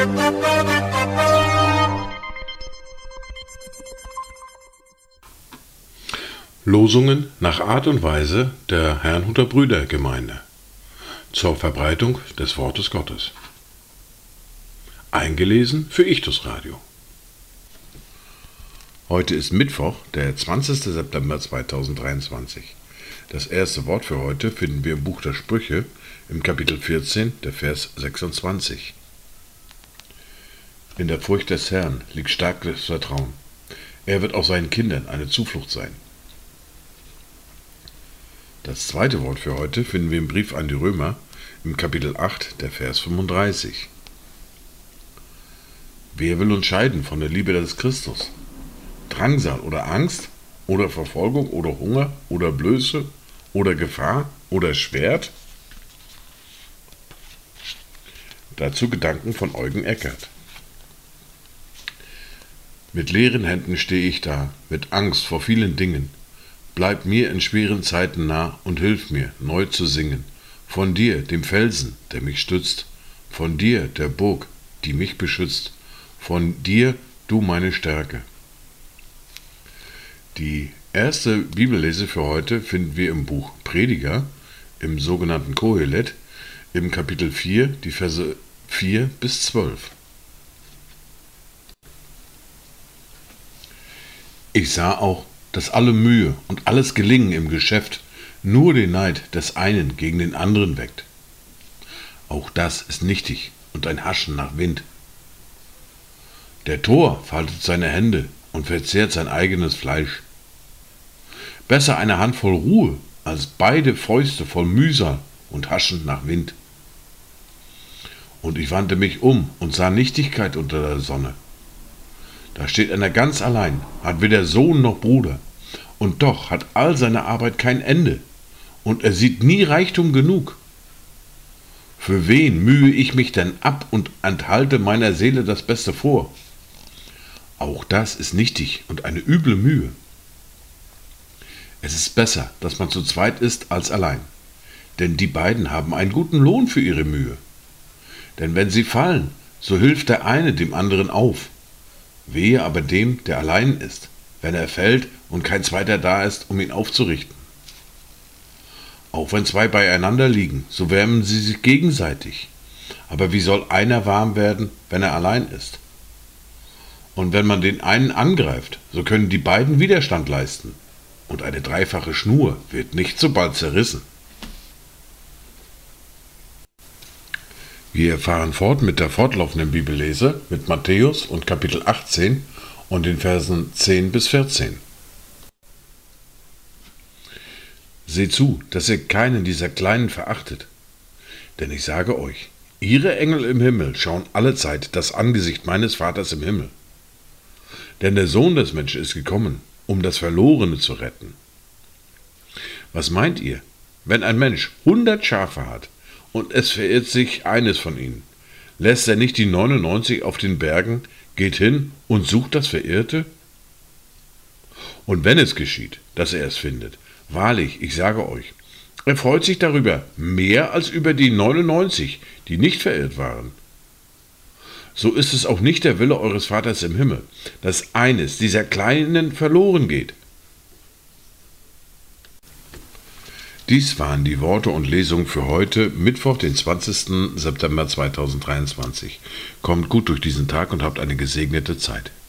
Losungen nach Art und Weise der Herrnhuter Brüdergemeinde zur Verbreitung des Wortes Gottes. Eingelesen für Ichtus Radio. Heute ist Mittwoch, der 20. September 2023. Das erste Wort für heute finden wir im Buch der Sprüche, im Kapitel 14, der Vers 26. In der Furcht des Herrn liegt starkes Vertrauen. Er wird auch seinen Kindern eine Zuflucht sein. Das zweite Wort für heute finden wir im Brief an die Römer, im Kapitel 8, der Vers 35. Wer will uns scheiden von der Liebe des Christus? Drangsal oder Angst oder Verfolgung oder Hunger oder Blöße oder Gefahr oder Schwert? Dazu Gedanken von Eugen Eckert. Mit leeren Händen stehe ich da, mit Angst vor vielen Dingen. Bleib mir in schweren Zeiten nah und hilf mir, neu zu singen. Von dir, dem Felsen, der mich stützt. Von dir, der Burg, die mich beschützt. Von dir, du meine Stärke. Die erste Bibellese für heute finden wir im Buch Prediger, im sogenannten Kohelet, im Kapitel 4, die Verse 4 bis 12. Ich sah auch, dass alle Mühe und alles Gelingen im Geschäft nur den Neid des einen gegen den anderen weckt. Auch das ist nichtig und ein Haschen nach Wind. Der Tor faltet seine Hände und verzehrt sein eigenes Fleisch. Besser eine Handvoll Ruhe als beide Fäuste voll Mühsal und Haschen nach Wind. Und ich wandte mich um und sah Nichtigkeit unter der Sonne. Da steht einer ganz allein, hat weder Sohn noch Bruder, und doch hat all seine Arbeit kein Ende, und er sieht nie Reichtum genug. Für wen mühe ich mich denn ab und enthalte meiner Seele das Beste vor? Auch das ist nichtig und eine üble Mühe. Es ist besser, dass man zu zweit ist als allein, denn die beiden haben einen guten Lohn für ihre Mühe. Denn wenn sie fallen, so hilft der eine dem anderen auf. Wehe aber dem, der allein ist, wenn er fällt und kein zweiter da ist, um ihn aufzurichten. Auch wenn zwei beieinander liegen, so wärmen sie sich gegenseitig. Aber wie soll einer warm werden, wenn er allein ist? Und wenn man den einen angreift, so können die beiden Widerstand leisten. Und eine dreifache Schnur wird nicht so bald zerrissen. Wir fahren fort mit der fortlaufenden Bibellese mit Matthäus und Kapitel 18 und den Versen 10 bis 14. Seht zu, dass ihr keinen dieser Kleinen verachtet. Denn ich sage euch, ihre Engel im Himmel schauen allezeit das Angesicht meines Vaters im Himmel. Denn der Sohn des Menschen ist gekommen, um das Verlorene zu retten. Was meint ihr, wenn ein Mensch 100 Schafe hat und es verirrt sich eines von ihnen, lässt er nicht die 99 auf den Bergen, geht hin und sucht das Verirrte? Und wenn es geschieht, dass er es findet, wahrlich, ich sage euch, er freut sich darüber mehr als über die 99, die nicht verirrt waren. So ist es auch nicht der Wille eures Vaters im Himmel, dass eines dieser Kleinen verloren geht. Dies waren die Worte und Lesungen für heute, Mittwoch, den 20. September 2023. Kommt gut durch diesen Tag und habt eine gesegnete Zeit.